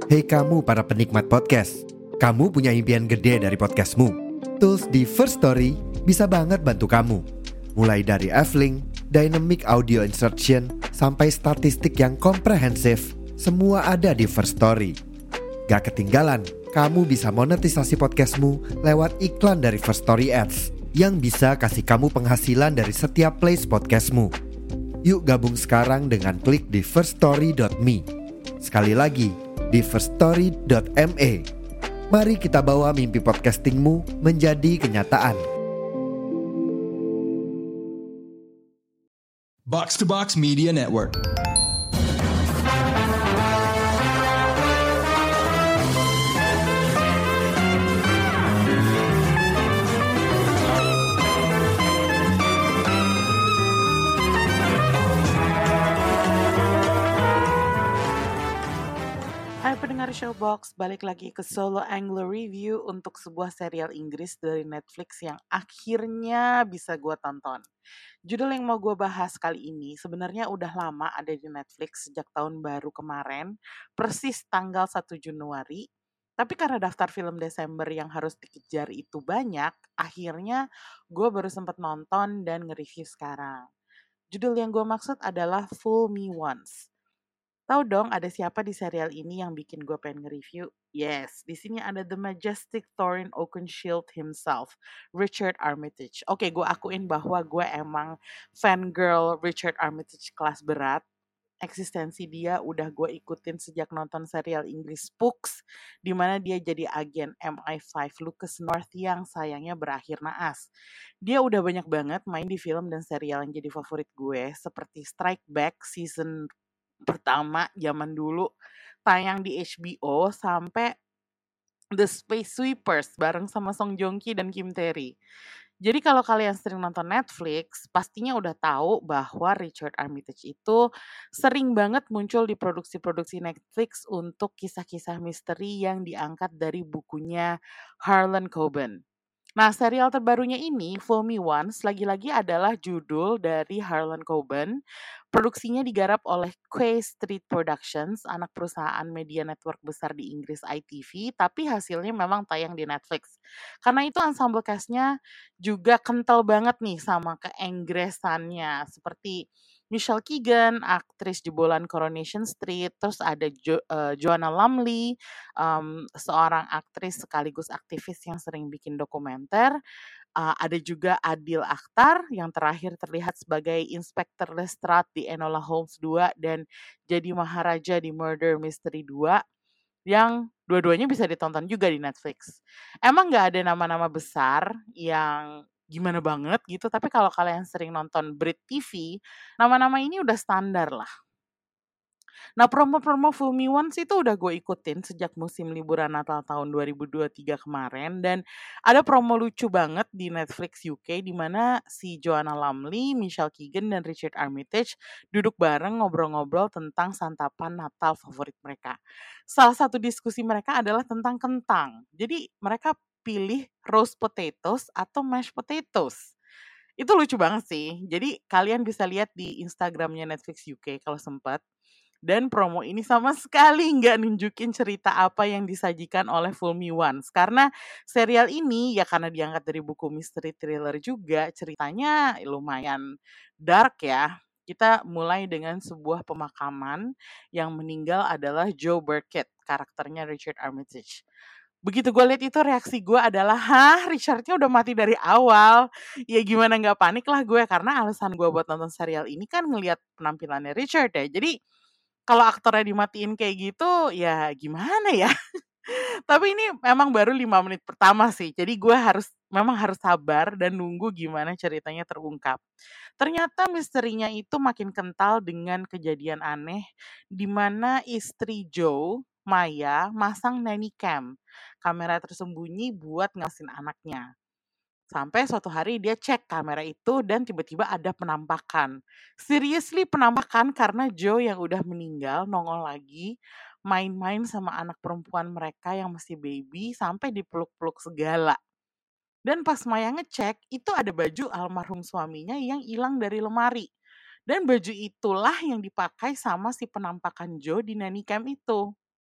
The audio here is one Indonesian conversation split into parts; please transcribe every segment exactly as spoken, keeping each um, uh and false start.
Hei kamu para penikmat podcast, kamu punya impian gede dari podcastmu. Tools di First Story bisa banget bantu kamu. Mulai dari F-Link, Dynamic Audio Insertion, sampai statistik yang komprehensif, semua ada di First Story. Gak ketinggalan, kamu bisa monetisasi podcastmu lewat iklan dari First Story Ads yang bisa kasih kamu penghasilan dari setiap plays podcastmu. Yuk gabung sekarang dengan klik di first story dot me. Sekali lagi, di first story dot me. Mari kita bawa mimpi podcastingmu menjadi kenyataan. Box to Box Media Network. Hai pendengar Showbox, balik lagi ke Solo Angler Review untuk sebuah serial Inggris dari Netflix yang akhirnya bisa gue tonton. Judul yang mau gue bahas kali ini sebenarnya udah lama ada di Netflix sejak tahun baru kemarin, persis tanggal satu Januari. Tapi karena daftar film Desember yang harus dikejar itu banyak, akhirnya gue baru sempat nonton dan nge-review sekarang. Judul yang gue maksud adalah Fool Me Once. Tahu dong ada siapa di serial ini yang bikin gue pengen nge-review? Yes, di sini ada the majestic Thorin Oakenshield himself, Richard Armitage. Oke, gue akuin bahwa gue emang fangirl Richard Armitage kelas berat. Eksistensi dia udah gue ikutin sejak nonton serial Inggris Spooks, di mana dia jadi agen M I lima Lucas North yang sayangnya berakhir naas. Dia udah banyak banget main di film dan serial yang jadi favorit gue, seperti Strike Back season pertama zaman dulu tayang di H B O sampai The Space Sweepers bareng sama Song Joong Ki dan Kim Tae-ri. Jadi kalau kalian sering nonton Netflix, pastinya udah tahu bahwa Richard Armitage itu sering banget muncul di produksi-produksi Netflix untuk kisah-kisah misteri yang diangkat dari bukunya Harlan Coben. Nah, serial terbarunya ini, Fool Me Once, lagi-lagi adalah judul dari Harlan Coben. Produksinya digarap oleh Quay Street Productions, anak perusahaan media network besar di Inggris I T V, tapi hasilnya memang tayang di Netflix. Karena itu ensemble cast-nya juga kental banget nih sama keenggeresannya, seperti Michelle Keegan, aktris jebolan Coronation Street, terus ada jo- uh, Joanna Lumley, um, seorang aktris sekaligus aktivis yang sering bikin dokumenter. Uh, ada juga Adil Akhtar yang terakhir terlihat sebagai Inspektur Lestrade di Enola Holmes dua dan jadi Maharaja di Murder Mystery dua yang dua-duanya bisa ditonton juga di Netflix. Emang nggak ada nama-nama besar yang gimana banget gitu, tapi kalau kalian sering nonton Brit T V, nama-nama ini udah standar lah. Nah, promo-promo Fool Me Once itu udah gue ikutin sejak musim liburan Natal tahun dua ribu dua puluh tiga kemarin, dan ada promo lucu banget di Netflix U K di mana si Joanna Lumley, Michelle Keegan, dan Richard Armitage duduk bareng ngobrol-ngobrol tentang santapan Natal favorit mereka. Salah satu diskusi mereka adalah tentang kentang. Jadi mereka pilih roast potatoes atau mashed potatoes. Itu lucu banget sih. Jadi kalian bisa lihat di Instagramnya Netflix U K kalau sempat. Dan promo ini sama sekali nggak nunjukin cerita apa yang disajikan oleh Fool Me Once. Karena serial ini ya karena diangkat dari buku mystery thriller juga, ceritanya lumayan dark ya. Kita mulai dengan sebuah pemakaman yang meninggal adalah Joe Burkett, karakternya Richard Armitage. Begitu gue lihat itu reaksi gue adalah, hah Richardnya udah mati dari awal. Ya gimana nggak panik lah gue, karena alasan gue buat nonton serial ini kan ngelihat penampilannya Richard ya. Jadi kalau aktornya dimatiin kayak gitu, ya gimana ya? Tapi ini memang baru lima menit pertama sih. Jadi gue harus memang harus sabar dan nunggu gimana ceritanya terungkap. Ternyata misterinya itu makin kental dengan kejadian aneh di mana istri Joe, Maya, masang nanny cam, kamera tersembunyi buat ngawasin anaknya. Sampai suatu hari dia cek kamera itu dan tiba-tiba ada penampakan. Seriously penampakan karena Joe yang udah meninggal nongol lagi main-main sama anak perempuan mereka yang masih baby sampai dipeluk-peluk segala. Dan pas Maya ngecek itu ada baju almarhum suaminya yang hilang dari lemari. Dan baju itulah yang dipakai sama si penampakan Joe di nanny cam itu.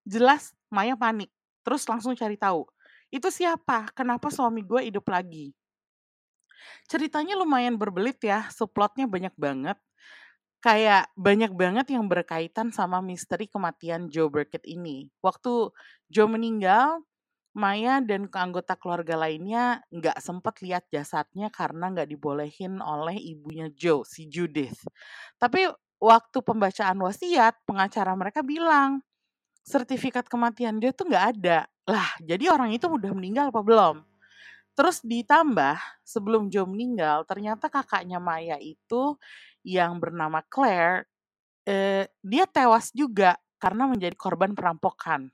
Jelas Maya panik, terus langsung cari tahu. Itu siapa? Kenapa suami gue hidup lagi? Ceritanya lumayan berbelit ya, subplotnya banyak banget. Kayak banyak banget yang berkaitan sama misteri kematian Joe Burkett ini. Waktu Joe meninggal, Maya dan anggota keluarga lainnya nggak sempat lihat jasadnya karena nggak dibolehin oleh ibunya Joe, si Judith. Tapi waktu pembacaan wasiat, pengacara mereka bilang, sertifikat kematian dia tuh nggak ada. Lah, jadi orang itu udah meninggal apa belum? Terus ditambah, sebelum Joe meninggal, ternyata kakaknya Maya itu yang bernama Claire, eh, dia tewas juga karena menjadi korban perampokan.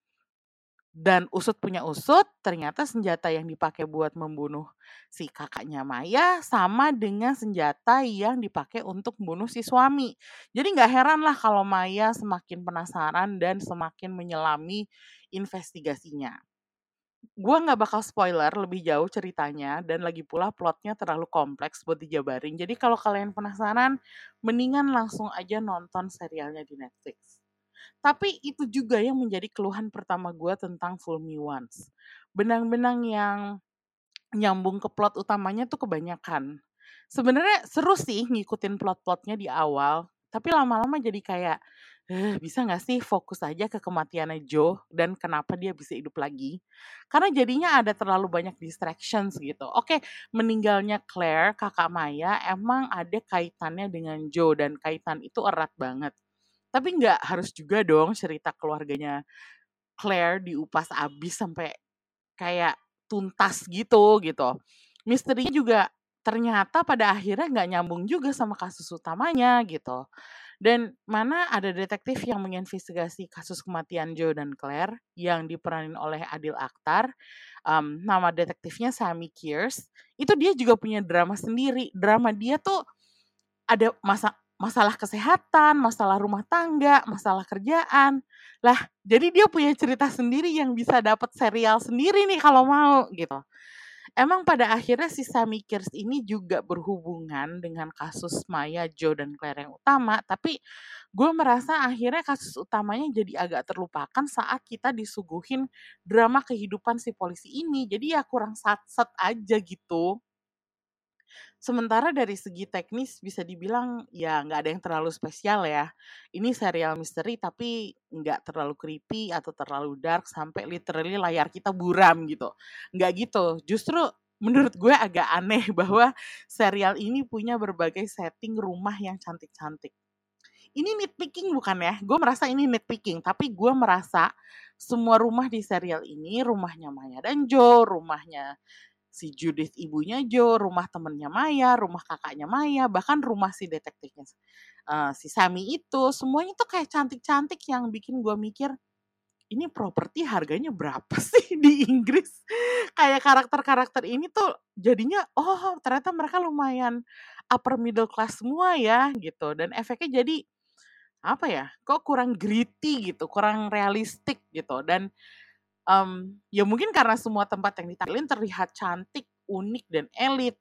Dan usut punya usut, ternyata senjata yang dipakai buat membunuh si kakaknya Maya sama dengan senjata yang dipakai untuk membunuh si suami. Jadi nggak heran lah kalau Maya semakin penasaran dan semakin menyelami investigasinya. Gua nggak bakal spoiler lebih jauh ceritanya dan lagi pula plotnya terlalu kompleks buat dijabarin. Jadi kalau kalian penasaran, mendingan langsung aja nonton serialnya di Netflix. Tapi itu juga yang menjadi keluhan pertama gue tentang Fool Me Once. Benang-benang yang nyambung ke plot utamanya tuh kebanyakan. Sebenarnya seru sih ngikutin plot-plotnya di awal, tapi lama-lama jadi kayak, eh, bisa nggak sih fokus aja ke kematiannya Joe dan kenapa dia bisa hidup lagi? Karena jadinya ada terlalu banyak distractions gitu. Oke, meninggalnya Claire, kakak Maya, emang ada kaitannya dengan Joe dan kaitan itu erat banget. Tapi nggak harus juga dong cerita keluarganya Claire diupas abis sampai kayak tuntas gitu gitu. Misterinya juga ternyata pada akhirnya nggak nyambung juga sama kasus utamanya gitu. Dan mana ada detektif yang menginvestigasi kasus kematian Joe dan Claire yang diperanin oleh Adil Akhtar. Um, nama detektifnya Sammy Kears. Itu dia juga punya drama sendiri. Drama dia tuh ada masa masalah kesehatan, masalah rumah tangga, masalah kerjaan. Lah, jadi dia punya cerita sendiri yang bisa dapat serial sendiri nih kalau mau gitu. Emang pada akhirnya si Sammy Kears ini juga berhubungan dengan kasus Maya, Joe, dan Claire yang utama, tapi gue merasa akhirnya kasus utamanya jadi agak terlupakan saat kita disuguhin drama kehidupan si polisi ini. Jadi ya kurang sat-set aja gitu. Sementara dari segi teknis bisa dibilang ya nggak ada yang terlalu spesial ya. Ini serial misteri tapi nggak terlalu creepy atau terlalu dark sampai literally layar kita buram gitu. Nggak gitu. Justru menurut gue agak aneh bahwa serial ini punya berbagai setting rumah yang cantik-cantik. Ini nitpicking bukan ya? Gue merasa ini nitpicking, tapi gue merasa semua rumah di serial ini, rumahnya Maya dan Joe, rumahnya si Judith ibunya Joe, rumah temennya Maya, rumah kakaknya Maya, bahkan rumah si detektifnya uh, si Sammy itu, semuanya tuh kayak cantik-cantik yang bikin gue mikir, ini properti harganya berapa sih di Inggris? Kayak karakter-karakter ini tuh jadinya, oh ternyata mereka lumayan upper middle class semua ya gitu, dan efeknya jadi apa ya, kok kurang gritty gitu, kurang realistik gitu, dan um, ya mungkin karena semua tempat yang ditampilin terlihat cantik, unik, dan elit.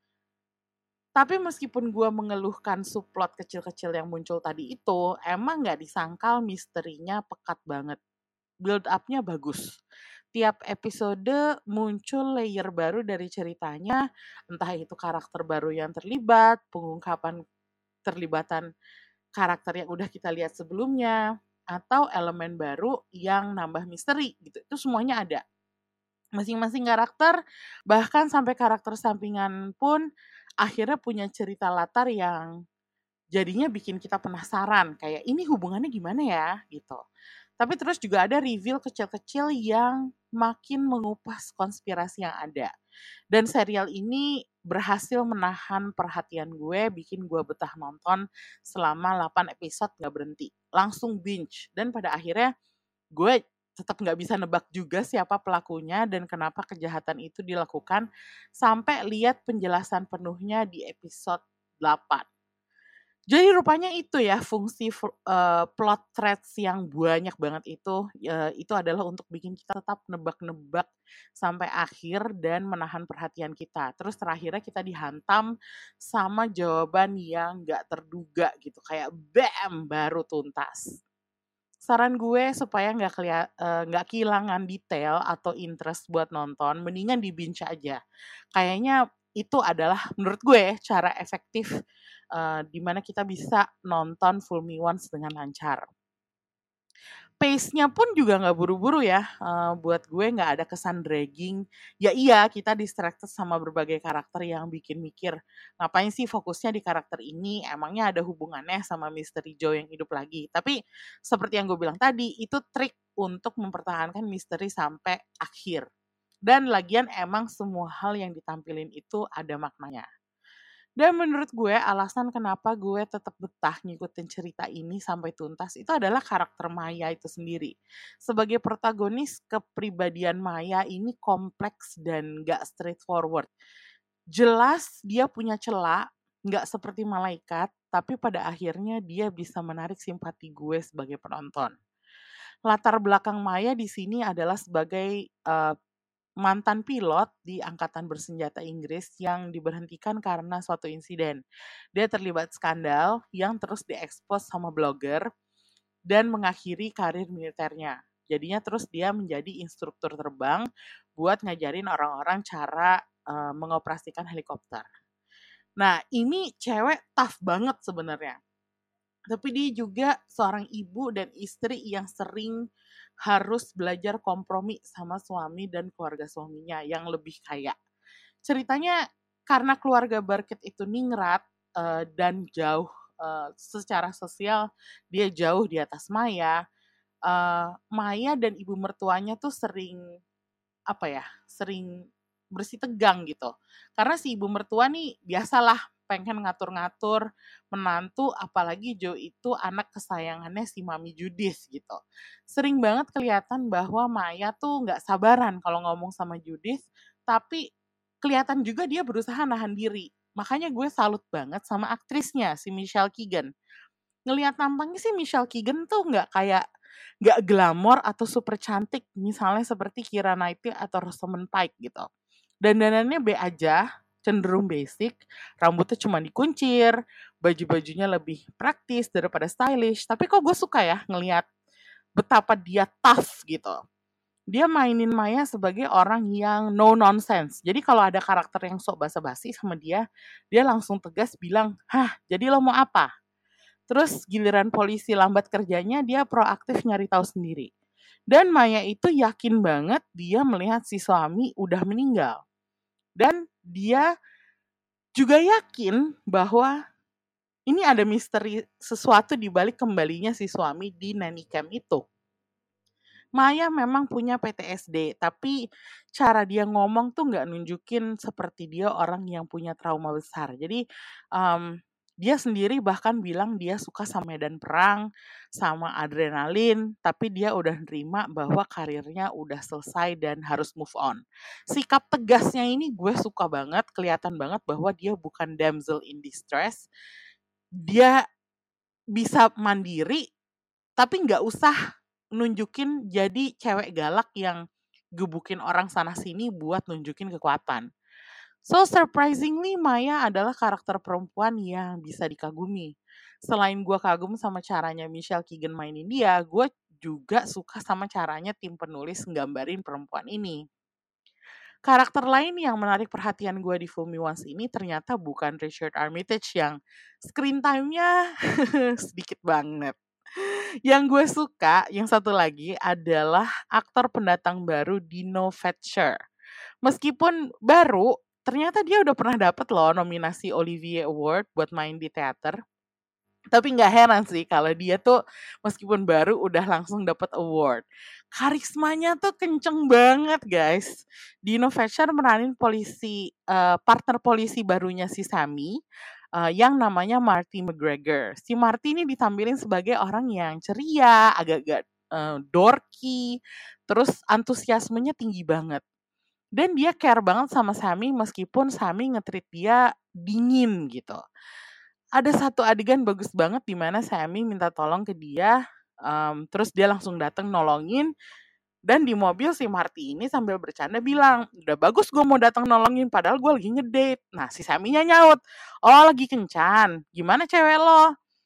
Tapi meskipun gue mengeluhkan subplot kecil-kecil yang muncul tadi itu, emang gak disangkal misterinya pekat banget. Build up-nya bagus. Tiap episode muncul layer baru dari ceritanya, entah itu karakter baru yang terlibat, pengungkapan terlibatan karakter yang udah kita lihat sebelumnya, atau elemen baru yang nambah misteri gitu. Itu semuanya ada. Masing-masing karakter, bahkan sampai karakter sampingan pun akhirnya punya cerita latar yang jadinya bikin kita penasaran. Kayak ini hubungannya gimana ya gitu. Tapi terus juga ada reveal kecil-kecil yang makin mengupas konspirasi yang ada. Dan serial ini berhasil menahan perhatian gue, bikin gue betah nonton selama delapan episode gak berhenti. Langsung binge. Dan pada akhirnya gue tetap nggak bisa nebak juga siapa pelakunya dan kenapa kejahatan itu dilakukan sampai lihat penjelasan penuhnya di episode delapan. Jadi rupanya itu ya fungsi uh, plot threads yang banyak banget itu, uh, itu adalah untuk bikin kita tetap nebak-nebak sampai akhir dan menahan perhatian kita. Terus terakhirnya kita dihantam sama jawaban yang nggak terduga gitu, kayak bam baru tuntas. Saran gue supaya nggak kelia eee, nggak kehilangan detail atau interest buat nonton, mendingan di-binge aja. Kayaknya itu adalah menurut gue cara efektif, eee, di mana kita bisa nonton Fool Me Once dengan lancar. Pace-nya pun juga nggak buru-buru ya, eee, buat gue nggak ada kesan dragging. Ya iya, kita distracted sama berbagai karakter yang bikin mikir, ngapain sih fokusnya di karakter ini, emangnya ada hubungannya sama misteri Joe yang hidup lagi. Tapi seperti yang gue bilang tadi, itu trik untuk mempertahankan misteri sampai akhir. Dan lagian emang semua hal yang ditampilin itu ada maknanya. Dan menurut gue alasan kenapa gue tetap betah ngikutin cerita ini sampai tuntas itu adalah karakter Maya itu sendiri. Sebagai protagonis, kepribadian Maya ini kompleks dan gak straightforward. Jelas dia punya celah, gak seperti malaikat, tapi pada akhirnya dia bisa menarik simpati gue sebagai penonton. Latar belakang Maya di sini adalah sebagai uh, mantan pilot di angkatan bersenjata Inggris yang diberhentikan karena suatu insiden. Dia terlibat skandal yang terus diekspos sama blogger dan mengakhiri karir militernya. Jadinya terus dia menjadi instruktur terbang buat ngajarin orang-orang cara uh, mengoperasikan helikopter. Nah, ini cewek tough banget sebenarnya. Tapi dia juga seorang ibu dan istri yang sering harus belajar kompromi sama suami dan keluarga suaminya yang lebih kaya. Ceritanya karena keluarga Burkett itu ningrat uh, dan jauh uh, secara sosial, dia jauh di atas Maya. Uh, Maya dan ibu mertuanya tuh sering apa ya, sering bersih tegang gitu. Karena si ibu mertua nih biasalah pengen ngatur-ngatur menantu, apalagi Joe itu anak kesayangannya si Mami Judith gitu. Sering banget kelihatan bahwa Maya tuh nggak sabaran kalau ngomong sama Judith, tapi kelihatan juga dia berusaha nahan diri. Makanya gue salut banget sama aktrisnya, si Michelle Keegan. Ngelihat tampangnya sih Michelle Keegan tuh nggak kayak nggak glamor atau super cantik, misalnya seperti Keira Knightley atau Rosamund Pike gitu. Dandanannya B aja, cenderung basic, rambutnya cuma dikuncir, baju-bajunya lebih praktis daripada stylish. Tapi kok gue suka ya ngelihat betapa dia tough gitu. Dia mainin Maya sebagai orang yang no nonsense. Jadi kalau ada karakter yang sok basa-basi sama dia, dia langsung tegas bilang, hah jadi lo mau apa? Terus giliran polisi lambat kerjanya, dia proaktif nyari tahu sendiri. Dan Maya itu yakin banget dia melihat si suami udah meninggal. Dan dia juga yakin bahwa ini ada misteri sesuatu di balik kembalinya si suami di nanny cam itu. Maya memang punya P T S D, tapi cara dia ngomong tuh nggak nunjukin seperti dia orang yang punya trauma besar. Jadi um, dia sendiri bahkan bilang dia suka sama medan perang, sama adrenalin, tapi dia udah nerima bahwa karirnya udah selesai dan harus move on. Sikap tegasnya ini gue suka banget, kelihatan banget bahwa dia bukan damsel in distress. Dia bisa mandiri, tapi nggak usah nunjukin jadi cewek galak yang gebukin orang sana-sini buat nunjukin kekuatan. So surprisingly Maya adalah karakter perempuan yang bisa dikagumi. Selain gue kagum sama caranya Michelle Keegan mainin dia, gue juga suka sama caranya tim penulis nggambarin perempuan ini. Karakter lain yang menarik perhatian gue di Fool Me Once ini ternyata bukan Richard Armitage yang screen time-nya sedikit banget. Yang gue suka, yang satu lagi adalah aktor pendatang baru Dino Fletcher. Meskipun baru, ternyata dia udah pernah dapet loh nominasi Olivier Award buat main di teater. Tapi nggak heran sih kalau dia tuh meskipun baru udah langsung dapet award. Karismanya tuh kenceng banget guys. Dino Fletcher meranin polisi, uh, partner polisi barunya si Sammy, uh, yang namanya Marty McGregor. Si Marty ini ditampilin sebagai orang yang ceria, agak-agak uh, dorky, terus antusiasmenya tinggi banget. Dan dia care banget sama Sammy meskipun Sammy nge-treat dia dingin gitu. Ada satu adegan bagus banget di mana Sammy minta tolong ke dia, um, terus dia langsung datang nolongin. Dan di mobil si Marty ini sambil bercanda bilang, udah bagus gue mau datang nolongin, padahal gue lagi ngedate. Nah si Sammy-nya nyaut, oh lagi kencan, gimana cewek lo?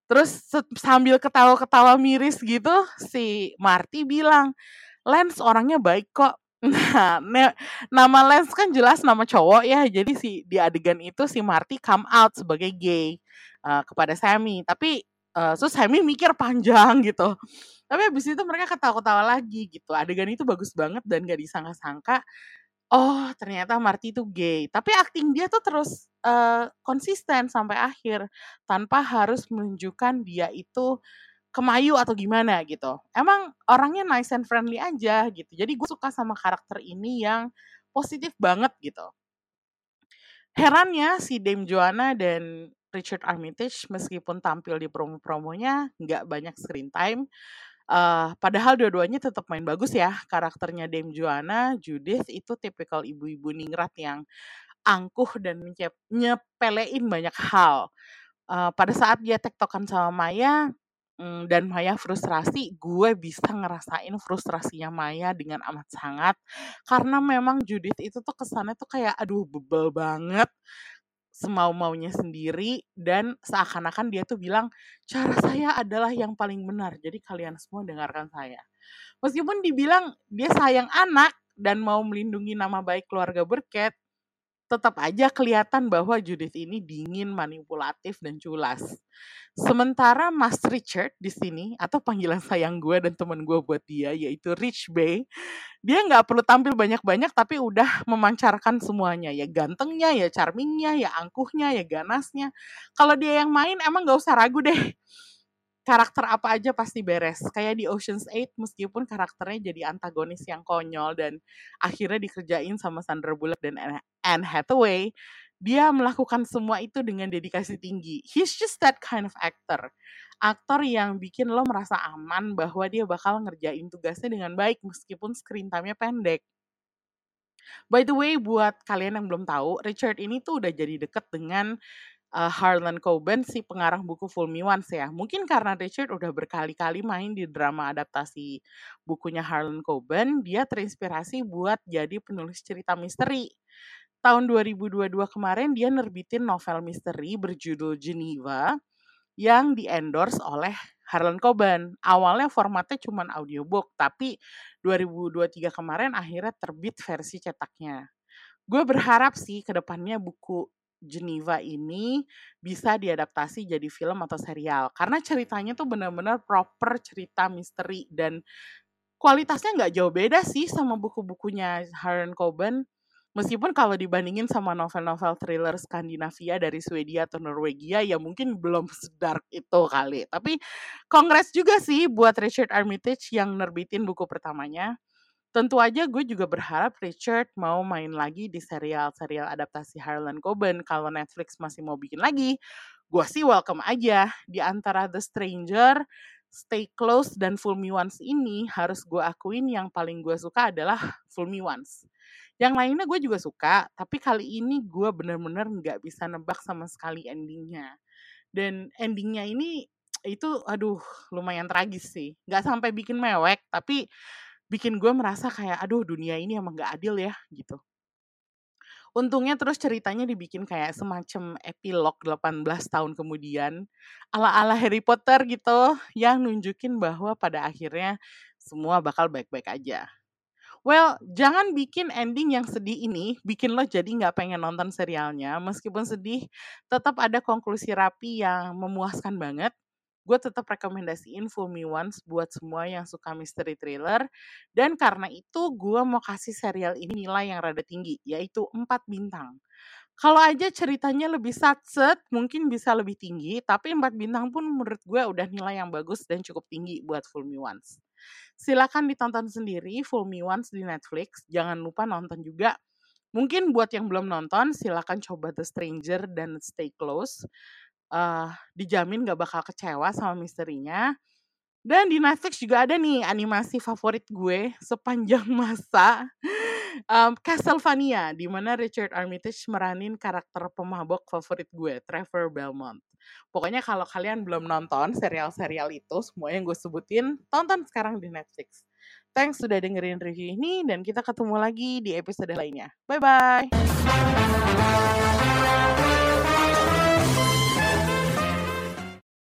Terus se- sambil ketawa-ketawa miris gitu, si Marty bilang, Lance orangnya baik kok. Nah, ne- nama Lance kan jelas nama cowok ya. Jadi si di adegan itu si Marty come out sebagai gay uh, kepada Sammy. Tapi uh, terus Sammy mikir panjang gitu. Tapi habis itu mereka ketawa-ketawa lagi gitu. Adegan itu bagus banget dan gak disangka-sangka. Oh, ternyata Marty itu gay. Tapi akting dia tuh terus uh, konsisten sampai akhir tanpa harus menunjukkan dia itu kemayu atau gimana gitu. Emang orangnya nice and friendly aja gitu. Jadi gue suka sama karakter ini yang positif banget gitu. Herannya si Dame Joanna dan Richard Armitage meskipun tampil di promo-promonya nggak banyak screen time. Uh, padahal dua-duanya tetap main bagus ya. Karakternya Dame Joanna, Judith itu tipikal ibu-ibu ningrat yang angkuh dan menyep- nyepelein banyak hal. Uh, pada saat dia tektokan sama Maya, mm, dan Maya frustrasi, gue bisa ngerasain frustrasinya Maya dengan amat sangat. Karena memang Judith itu tuh kesannya tuh kayak aduh bebel banget, semau-maunya sendiri, dan seakan-akan dia tuh bilang, cara saya adalah yang paling benar, jadi kalian semua dengarkan saya. Meskipun dibilang dia sayang anak dan mau melindungi nama baik keluarga Burkett, tetap aja kelihatan bahwa Judith ini dingin, manipulatif, dan culas. Sementara Mas Richard di sini, atau panggilan sayang gue dan teman gue buat dia, yaitu Rich Bay, dia nggak perlu tampil banyak-banyak tapi udah memancarkan semuanya. Ya gantengnya, ya charmingnya, ya angkuhnya, ya ganasnya. Kalau dia yang main emang nggak usah ragu deh. Karakter apa aja pasti beres. Kayak di Ocean's eight meskipun karakternya jadi antagonis yang konyol dan akhirnya dikerjain sama Sandra Bullock dan Anne Hathaway, dia melakukan semua itu dengan dedikasi tinggi. He's just that kind of actor. Aktor yang bikin lo merasa aman bahwa dia bakal ngerjain tugasnya dengan baik meskipun screen time-nya pendek. By the way, buat kalian yang belum tahu, Richard ini tuh udah jadi deket dengan uh, Harlan Coben, si pengarang buku Fool Me Once ya. Mungkin karena Richard udah berkali-kali main di drama adaptasi bukunya Harlan Coben, dia terinspirasi buat jadi penulis cerita misteri. Tahun dua ribu dua puluh dua kemarin dia nerbitin novel misteri berjudul Geneva yang di-endorse oleh Harlan Coben. Awalnya formatnya cuma audiobook, tapi dua ribu dua puluh tiga kemarin akhirnya terbit versi cetaknya. Gue berharap sih ke depannya buku Geneva ini bisa diadaptasi jadi film atau serial. Karena ceritanya tuh benar-benar proper cerita misteri dan kualitasnya nggak jauh beda sih sama buku-bukunya Harlan Coben. Meskipun kalau dibandingin sama novel-novel thriller Skandinavia dari Swedia atau Norwegia ya mungkin belum sedark itu kali. Tapi kongres juga sih buat Richard Armitage yang nerbitin buku pertamanya. Tentu aja gue juga berharap Richard mau main lagi di serial-serial adaptasi Harlan Coben. Kalau Netflix masih mau bikin lagi, gue sih welcome aja. Di antara The Stranger, Stay Close, dan Fool Me Once ini harus gue akuin yang paling gue suka adalah Fool Me Once. Yang lainnya gue juga suka, tapi kali ini gue bener-bener gak bisa nebak sama sekali endingnya. Dan endingnya ini itu aduh lumayan tragis sih. Gak sampai bikin mewek, tapi bikin gue merasa kayak aduh dunia ini emang gak adil ya gitu. Untungnya terus ceritanya dibikin kayak semacam epilog delapan belas tahun kemudian. Ala-ala Harry Potter gitu yang nunjukin bahwa pada akhirnya semua bakal baik-baik aja. Well, jangan bikin ending yang sedih ini bikin lo jadi nggak pengen nonton serialnya. Meskipun sedih, tetap ada konklusi rapi yang memuaskan banget. Gue tetap rekomendasiin Fool Me Once buat semua yang suka misteri thriller. Dan karena itu gue mau kasih serial ini nilai yang rada tinggi, yaitu empat bintang. Kalau aja ceritanya lebih satset, mungkin bisa lebih tinggi, tapi empat bintang pun menurut gue udah nilai yang bagus dan cukup tinggi buat Fool Me Once. Silakan ditonton sendiri Fool Me Once di Netflix. Jangan lupa nonton juga. Mungkin buat yang belum nonton, silakan coba The Stranger dan Stay Close. Uh, dijamin gak bakal kecewa sama misterinya. Dan di Netflix juga ada nih animasi favorit gue sepanjang masa, um, Castlevania, di mana Richard Armitage meranin karakter pemabok favorit gue, Trevor Belmont. Pokoknya kalau kalian belum nonton serial-serial itu, semua yang gue sebutin, tonton sekarang di Netflix. Thanks sudah dengerin review ini, dan kita ketemu lagi di episode lainnya. Bye-bye!